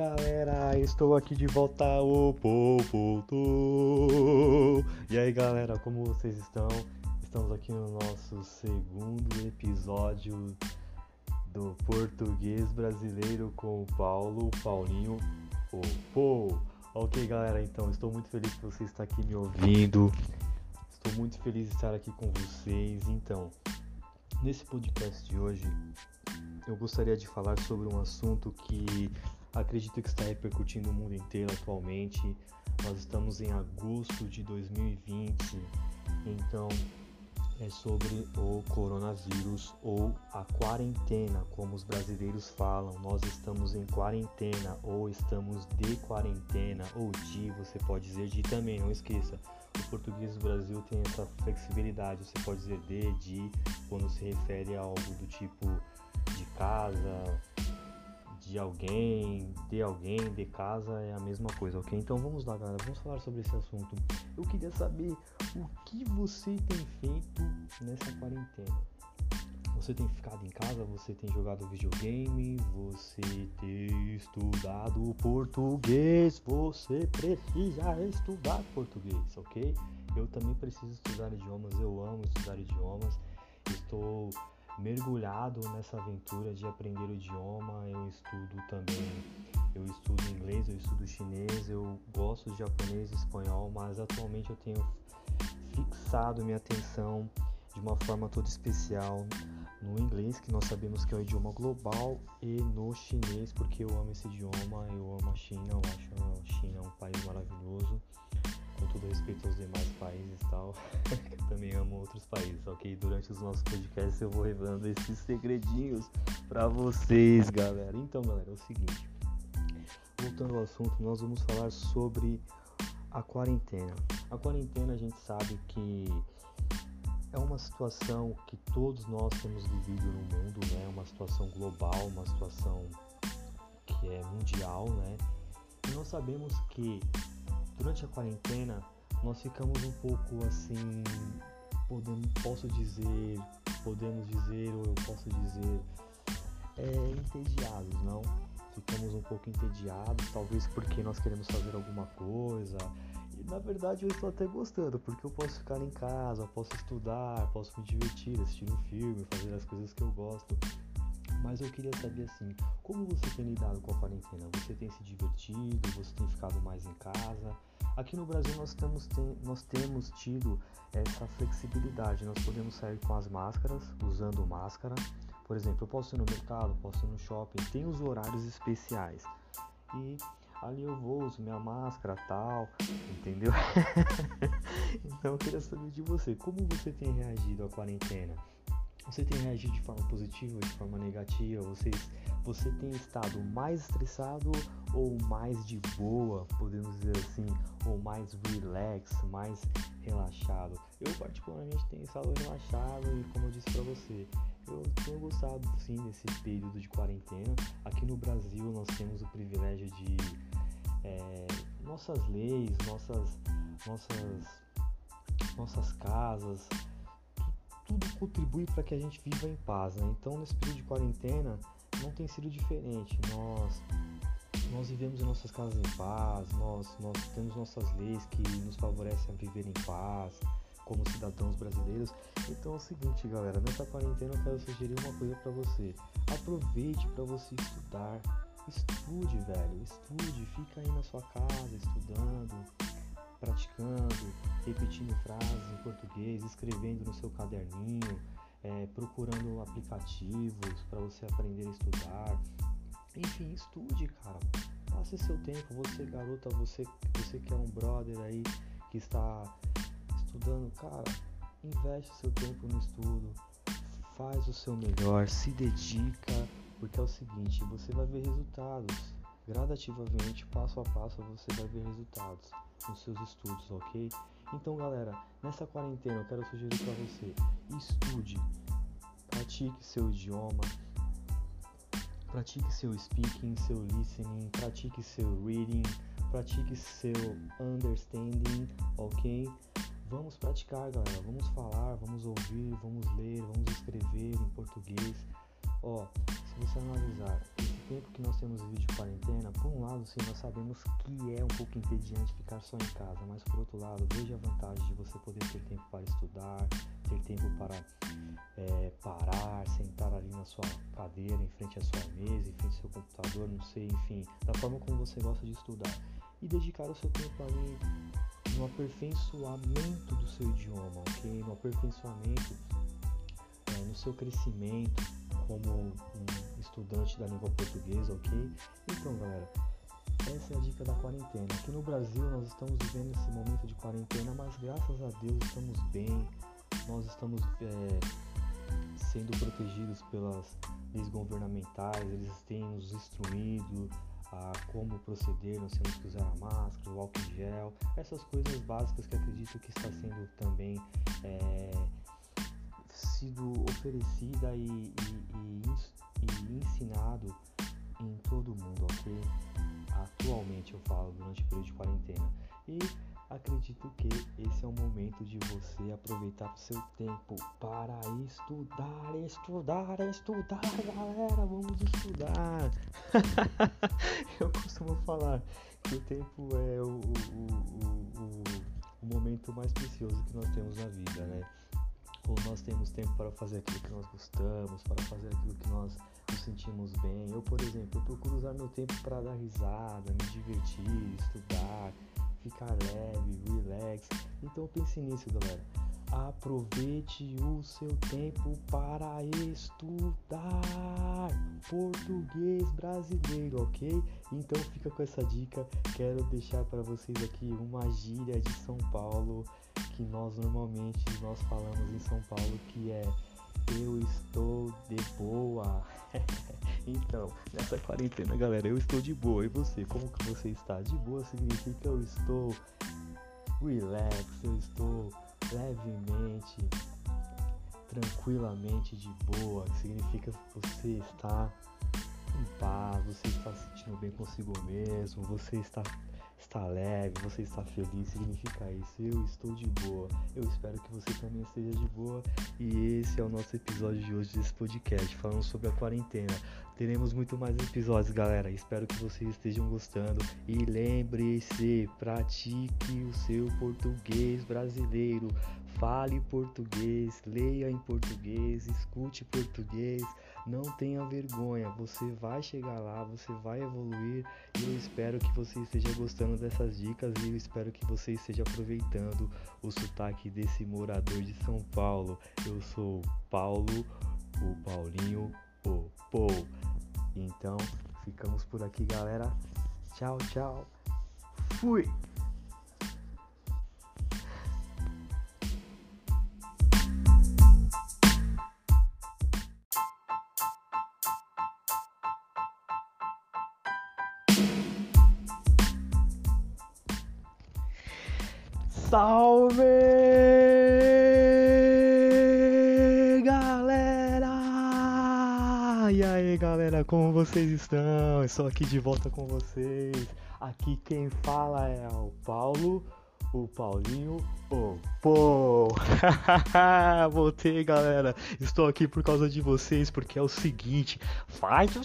galera, estou aqui de volta ao Popoto. E aí galera, como vocês estão? Estamos aqui no nosso segundo episódio do Português Brasileiro com o Paulinho, Popo. Ok galera, então estou muito feliz que você está aqui me ouvindo. Estou muito feliz de estar aqui com vocês. Então, nesse podcast de hoje, eu gostaria de falar sobre um assunto que acredito que está repercutindo no mundo inteiro atualmente. Nós estamos em agosto de 2020, então é sobre o coronavírus ou a quarentena, como os brasileiros falam. Nós estamos em quarentena ou estamos de quarentena, ou você pode dizer de também, não esqueça. O português do Brasil tem essa flexibilidade, você pode dizer de quando se refere a algo do tipo de casa, de alguém, de casa, é a mesma coisa, ok? Então vamos lá galera, vamos falar sobre esse assunto. Eu queria saber o que você tem feito nessa quarentena. Você tem ficado em casa, você tem jogado videogame, você tem estudado português, você precisa estudar português, ok? Eu também preciso estudar idiomas, eu amo estudar idiomas, estou mergulhado nessa aventura de aprender o idioma. Eu estudo inglês, eu estudo chinês, eu gosto de japonês e espanhol, mas atualmente eu tenho fixado minha atenção de uma forma toda especial no inglês, que nós sabemos que é o idioma global, e no chinês, porque eu amo esse idioma, eu amo a China, eu acho a China um país maravilhoso, com todo respeito aos demais países e tal. Eu também amo outros países, ok? Durante os nossos podcasts eu vou revelando esses segredinhos pra vocês, galera. Então, galera, é o seguinte, voltando ao assunto, nós vamos falar sobre a quarentena. A quarentena, a gente sabe que é uma situação que todos nós temos vivido no mundo, né? Uma situação global, uma situação que é mundial, né? E nós sabemos que durante a quarentena nós ficamos um pouco assim, podemos dizer, ou eu posso dizer, entediados, não? Ficamos um pouco entediados, talvez porque nós queremos fazer alguma coisa. E na verdade eu estou até gostando, porque eu posso ficar em casa, eu posso estudar, posso me divertir, assistir um filme, fazer as coisas que eu gosto. Mas eu queria saber assim, como você tem lidado com a quarentena? Você tem se divertido? Você tem ficado mais em casa? Aqui no Brasil nós temos tido essa flexibilidade, nós podemos sair com as máscaras, usando máscara. Por exemplo, eu posso ir no mercado, posso ir no shopping, tem os horários especiais. E ali eu vou, uso minha máscara, tal, entendeu? Então eu queria saber de você, como você tem reagido à quarentena? Você tem reagido de forma positiva ou de forma negativa? Você tem estado mais estressado ou mais de boa, podemos dizer assim, ou mais relax, mais relaxado? Eu particularmente tenho estado relaxado e, como eu disse pra você, eu tenho gostado sim desse período de quarentena. Aqui no Brasil nós temos o privilégio de nossas leis, nossas casas, tudo contribui para que a gente viva em paz, né? Então nesse período de quarentena não tem sido diferente. Nós vivemos em nossas casas em paz, nós temos nossas leis que nos favorecem a viver em paz como cidadãos brasileiros. Então é o seguinte galera, nessa quarentena eu quero sugerir uma coisa para você. Aproveite para você estudar. Estude, velho, estude, fica aí na sua casa estudando, praticando, repetindo frases em português, escrevendo no seu caderninho, procurando aplicativos para você aprender a estudar. Enfim, estude, cara. Passe seu tempo, você garota, você que é um brother aí que está estudando, cara, investe seu tempo no estudo, faz o seu melhor, se dedica, porque é o seguinte, você vai ver resultados. Gradativamente, passo a passo, você vai ver resultados nos seus estudos, ok? Então galera, nessa quarentena eu quero sugerir para você, estude, pratique seu idioma, pratique seu speaking, seu listening, pratique seu reading, pratique seu understanding, ok? Vamos praticar galera, vamos falar, vamos ouvir, vamos ler, vamos escrever em português. Se você analisar esse tempo que nós temos vivido de quarentena, por um lado, sim, nós sabemos que é um pouco entediante ficar só em casa, mas por outro lado, vejo a vantagem de você poder ter tempo para estudar, ter tempo para parar, sentar ali na sua cadeira, em frente à sua mesa, em frente ao seu computador, não sei, enfim, da forma como você gosta de estudar, e dedicar o seu tempo ali no aperfeiçoamento do seu idioma, ok? No aperfeiçoamento, no seu crescimento como um estudante da língua portuguesa, ok? Então, galera, essa é a dica da quarentena. Aqui no Brasil nós estamos vivendo esse momento de quarentena, mas graças a Deus estamos bem, nós estamos sendo protegidos pelas leis governamentais, eles têm nos instruído a como proceder, nós temos que usar a máscara, o álcool em gel, essas coisas básicas que acredito que está sendo também sido oferecida e ensinado em todo o mundo, ok? Atualmente eu falo durante o período de quarentena, e acredito que esse é o momento de você aproveitar o seu tempo para estudar, galera, vamos estudar. Eu costumo falar que o tempo é o momento mais precioso que nós temos na vida, né? Ou nós temos tempo para fazer aquilo que nós gostamos, para fazer aquilo que nós nos sentimos bem. Eu, por exemplo, procuro usar meu tempo para dar risada, me divertir, estudar, ficar leve, relax. Então pense nisso, galera. Aproveite o seu tempo para estudar português brasileiro, ok? Então fica com essa dica. Quero deixar para vocês aqui uma gíria de São Paulo que nós normalmente falamos em São Paulo, que é eu estou de boa. Então, nessa quarentena, galera, eu estou de boa. E você, como que você está? De boa significa eu estou relax, eu estou levemente, tranquilamente de boa. Significa que você está em paz, você está se sentindo bem consigo mesmo, você está leve, você está feliz, significa isso, eu estou de boa. Eu espero que você também esteja de boa, e esse é o nosso episódio de hoje desse podcast, falando sobre a quarentena. Teremos muito mais episódios, galera, espero que vocês estejam gostando, e lembre-se, pratique o seu português brasileiro, fale português, leia em português, escute português, não tenha vergonha, você vai chegar lá, você vai evoluir, e eu espero que você esteja gostando dessas dicas, e eu espero que você esteja aproveitando o sotaque desse morador de São Paulo. Eu sou Paulo, o Paulinho, o Pô. Então, ficamos por aqui, galera. Tchau, tchau. Fui! Salve, galera! E aí, galera, como vocês estão? Estou aqui de volta com vocês. Aqui quem fala é o Paulo, o Paulinho, o Pô. Voltei, galera. Estou aqui por causa de vocês, porque é o seguinte. Faz o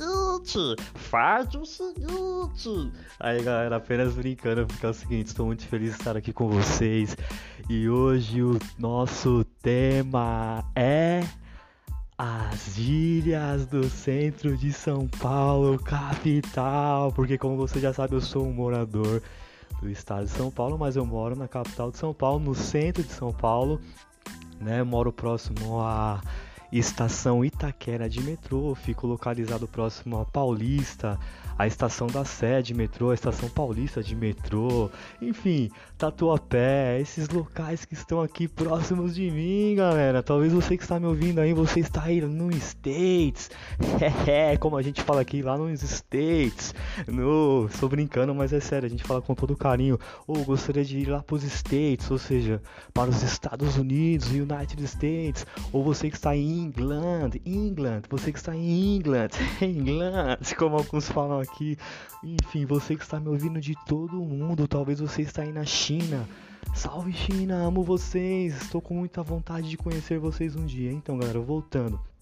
seguinte. Aí, galera, apenas brincando, porque é o seguinte, estou muito feliz de estar aqui com vocês. E hoje o nosso tema é as gírias do centro de São Paulo, capital. Porque, como você já sabe, eu sou um morador do estado de São Paulo, mas eu moro na capital de São Paulo, no centro de São Paulo, né? Moro próximo à estação Itaquera de metrô, fico localizado próximo à Paulista, a estação da Sé de metrô, a estação Paulista de metrô, enfim, Tatuapé, esses locais que estão aqui próximos de mim, galera. Talvez você que está me ouvindo aí, você está aí no States, como a gente fala aqui, lá nos States, estou brincando, mas é sério, a gente fala com todo carinho, ou gostaria de ir lá para os States, ou seja, para os Estados Unidos, United States, ou você que está em England, você que está em England, como alguns falam aqui, enfim, você que está me ouvindo de todo o mundo, talvez você está aí na China. Salve, China, amo vocês, estou com muita vontade de conhecer vocês um dia. Então, galera, voltando,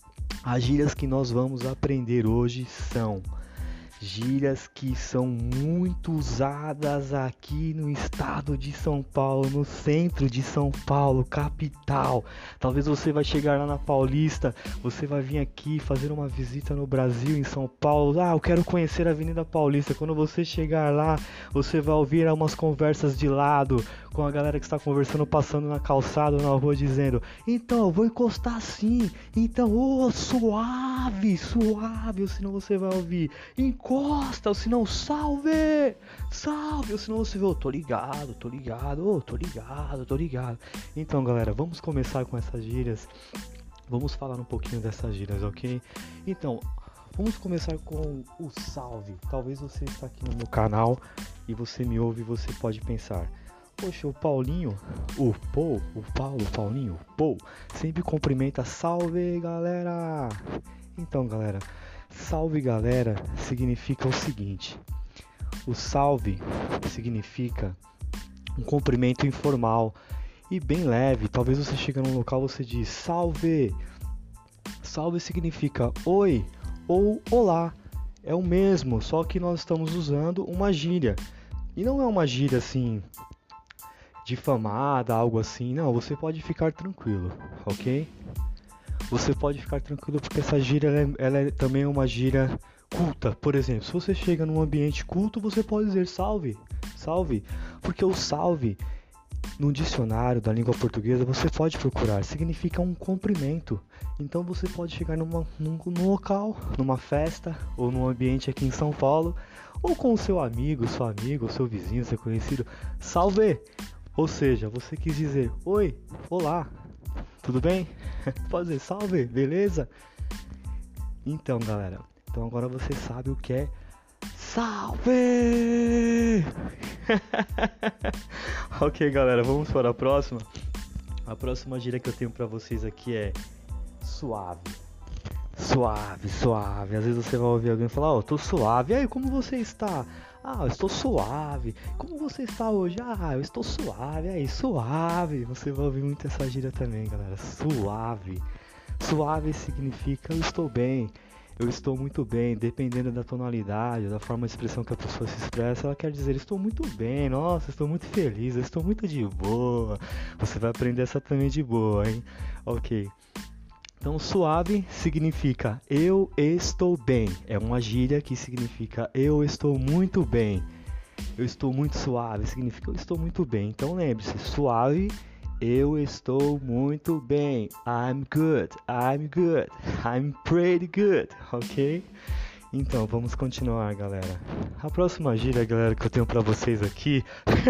As gírias que nós vamos aprender hoje são gírias que são muito usadas aqui no estado de São Paulo, no centro de São Paulo, capital. Talvez você vai chegar lá na Paulista, você vai vir aqui fazer uma visita no Brasil, em São Paulo. Eu quero conhecer a Avenida Paulista. Quando você chegar lá, você vai ouvir umas conversas de lado, com a galera que está conversando, passando na calçada ou na rua, dizendo: então, eu vou encostar sim. Então, suave, suave. Ou senão você vai ouvir: encosta, ou senão salve, salve. Ou senão você vê: tô ligado, tô ligado, tô ligado, tô ligado. Então, galera, vamos começar com essas gírias. Vamos falar um pouquinho dessas gírias, ok? Então, vamos começar com o salve. Talvez você está aqui no meu canal e você me ouve e você pode pensar: poxa, o Paulinho, o Paulinho, sempre cumprimenta: salve, galera. Então, galera, salve, galera significa o seguinte: o salve significa um cumprimento informal e bem leve. Talvez você chegue num local, você diz salve. Salve significa oi ou olá. É o mesmo, só que nós estamos usando uma gíria. E não é uma gíria assim difamada, algo assim. Não, você pode ficar tranquilo, ok? Você pode ficar tranquilo porque essa gíria ela é também uma gíria culta. Por exemplo, se você chega num ambiente culto, você pode dizer salve, salve, porque o salve no dicionário da língua portuguesa você pode procurar, significa um cumprimento. Então você pode chegar num local, numa festa ou num ambiente aqui em São Paulo, ou com o seu amigo, sua amiga, o seu vizinho, seu conhecido: salve! Ou seja, você quis dizer oi, olá, tudo bem? Pode dizer salve, beleza? Então, galera, então agora você sabe o que é salve! Ok, galera, vamos para a próxima. A próxima gíria que eu tenho pra vocês aqui é suave. Suave, suave. Às vezes você vai ouvir alguém falar: tô suave. E aí, como você está? Eu estou suave. Como você está hoje? Eu estou suave. E aí, suave. Você vai ouvir muito essa gíria também, galera. Suave. Suave significa eu estou bem, eu estou muito bem. Dependendo da tonalidade, da forma de expressão que a pessoa se expressa, ela quer dizer: estou muito bem, nossa, estou muito feliz, eu estou muito de boa. Você vai aprender essa também de boa, hein? Ok. Então, suave significa eu estou bem. É uma gíria que significa eu estou muito bem. Eu estou muito suave significa eu estou muito bem. Então, lembre-se: suave, eu estou muito bem. I'm good, I'm good, I'm pretty good, ok? Então, vamos continuar, galera. A próxima gíria, galera, que eu tenho pra vocês aqui...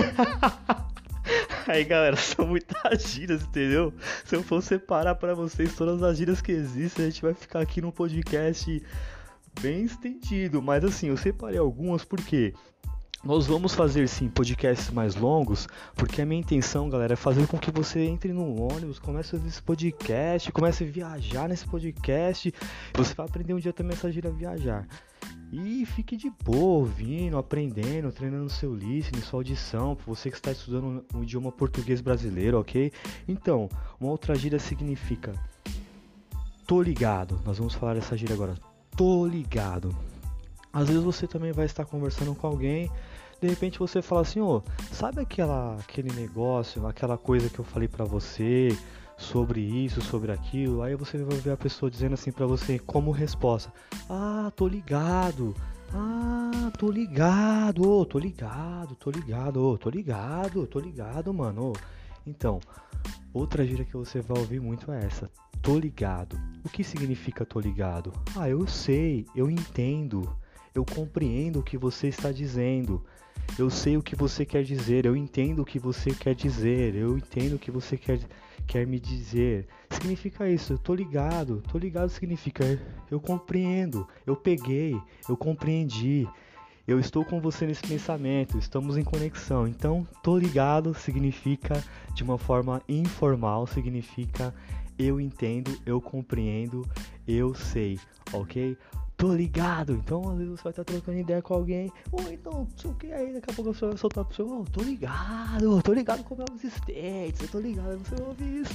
Aí, galera, são muitas gírias, entendeu? Se eu for separar pra vocês todas as gírias que existem, a gente vai ficar aqui num podcast bem estendido. Mas assim, eu separei algumas porque nós vamos fazer sim podcasts mais longos, porque a minha intenção, galera, é fazer com que você entre no ônibus, comece a ouvir esse podcast, comece a viajar nesse podcast. Você vai aprender um dia também essa gíria viajar. E fique de boa, ouvindo, aprendendo, treinando seu listening, sua audição, para você que está estudando o idioma português brasileiro, ok? Então, uma outra gíria significa tô ligado. Nós vamos falar essa gíria agora. Tô ligado. Às vezes você também vai estar conversando com alguém, de repente você fala assim: sabe aquele negócio, aquela coisa que eu falei pra você sobre isso, sobre aquilo? Aí você vai ver a pessoa dizendo assim pra você como resposta: tô ligado. Tô ligado, tô ligado, tô ligado, tô ligado, tô ligado, mano. Então, outra gíria que você vai ouvir muito é essa: tô ligado. O que significa tô ligado? Eu sei, eu entendo, eu compreendo o que você está dizendo. Eu sei o que você quer dizer, eu entendo o que você quer dizer, eu entendo o que você quer me dizer. Significa isso, tô ligado. Tô ligado significa eu compreendo, eu peguei, eu compreendi. Eu estou com você nesse pensamento, estamos em conexão. Então, tô ligado significa, de uma forma informal, significa eu entendo, eu compreendo, eu sei, ok? Tô ligado. Então, às vezes você vai estar trocando ideia com alguém, então, não sei o que, aí daqui a pouco você vai soltar pro seu: tô ligado como é os States, eu tô ligado. Você vai ouvir isso,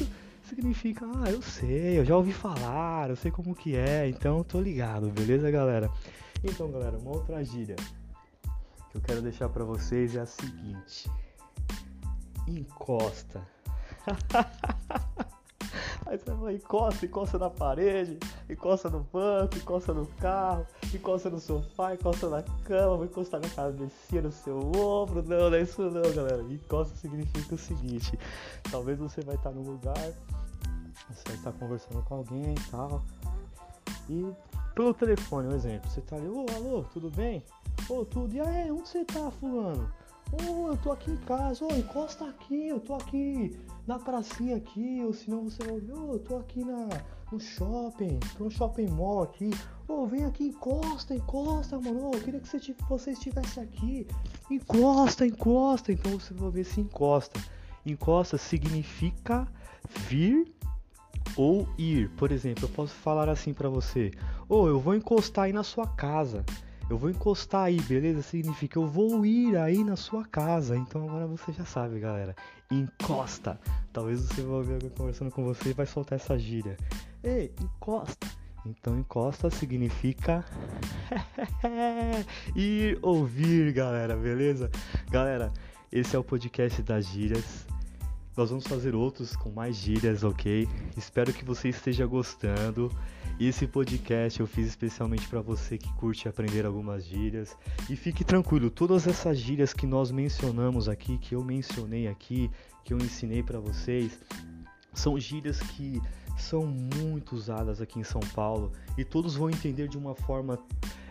significa, eu sei, eu já ouvi falar, eu sei como que é, então tô ligado, beleza, galera? Então, galera, uma outra gíria que eu quero deixar pra vocês é a seguinte: encosta. Aí você vai, encosta na parede, encosta no banco, encosta no carro, encosta no sofá, encosta na cama, vai encostar na cabecinha, no seu ombro. Não é isso não, galera. Encosta significa o seguinte: talvez você vai estar num lugar, você vai estar conversando com alguém e tal, e pelo telefone, um exemplo, você tá ali, alô, tudo bem? Tudo, e aí, onde você tá, fulano? Eu tô aqui em casa, encosta aqui, eu tô aqui na pracinha aqui, ou senão você vai ouvir, eu tô aqui no shopping, tô no shopping mall aqui, vem aqui, encosta, mano, eu queria que você estivesse aqui, encosta, então você vai ver se encosta. Encosta significa vir ou ir. Por exemplo, eu posso falar assim pra você: eu vou encostar aí na sua casa. Eu vou encostar aí, beleza? Significa eu vou ir aí na sua casa. Então agora você já sabe, galera. Encosta. Talvez você vai ouvir alguém conversando com você e vai soltar essa gíria. Ei, encosta. Então encosta significa ir, ouvir, galera, beleza? Galera, esse é o podcast das gírias. Nós vamos fazer outros com mais gírias, ok? Espero que você esteja gostando. Esse podcast eu fiz especialmente para você que curte aprender algumas gírias. E fique tranquilo, todas essas gírias que nós mencionamos aqui, que eu mencionei aqui, que eu ensinei para vocês, são gírias que são muito usadas aqui em São Paulo. E todos vão entender de uma forma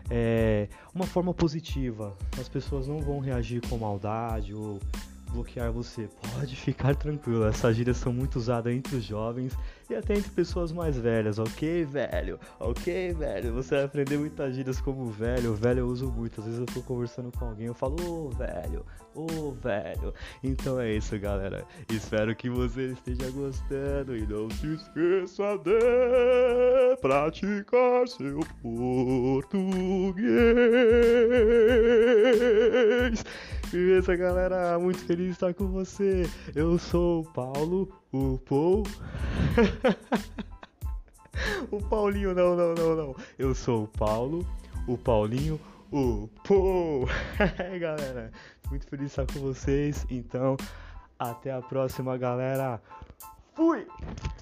positiva. As pessoas não vão reagir com maldade ou bloquear você. Pode ficar tranquilo, essas gírias são muito usadas entre os jovens e até entre pessoas mais velhas, ok, velho? Ok, velho? Você vai aprender muitas gírias como velho eu uso muito. Às vezes eu tô conversando com alguém, eu falo, velho. Então é isso, galera. Espero que você esteja gostando e não se esqueça de praticar seu português. Beleza, galera? Muito feliz de estar com você. Eu sou o Paulo, o Paul. O Paulinho, não. Eu sou o Paulo, o Paulinho, o Paul. Galera, muito feliz de estar com vocês. Então, até a próxima, galera. Fui!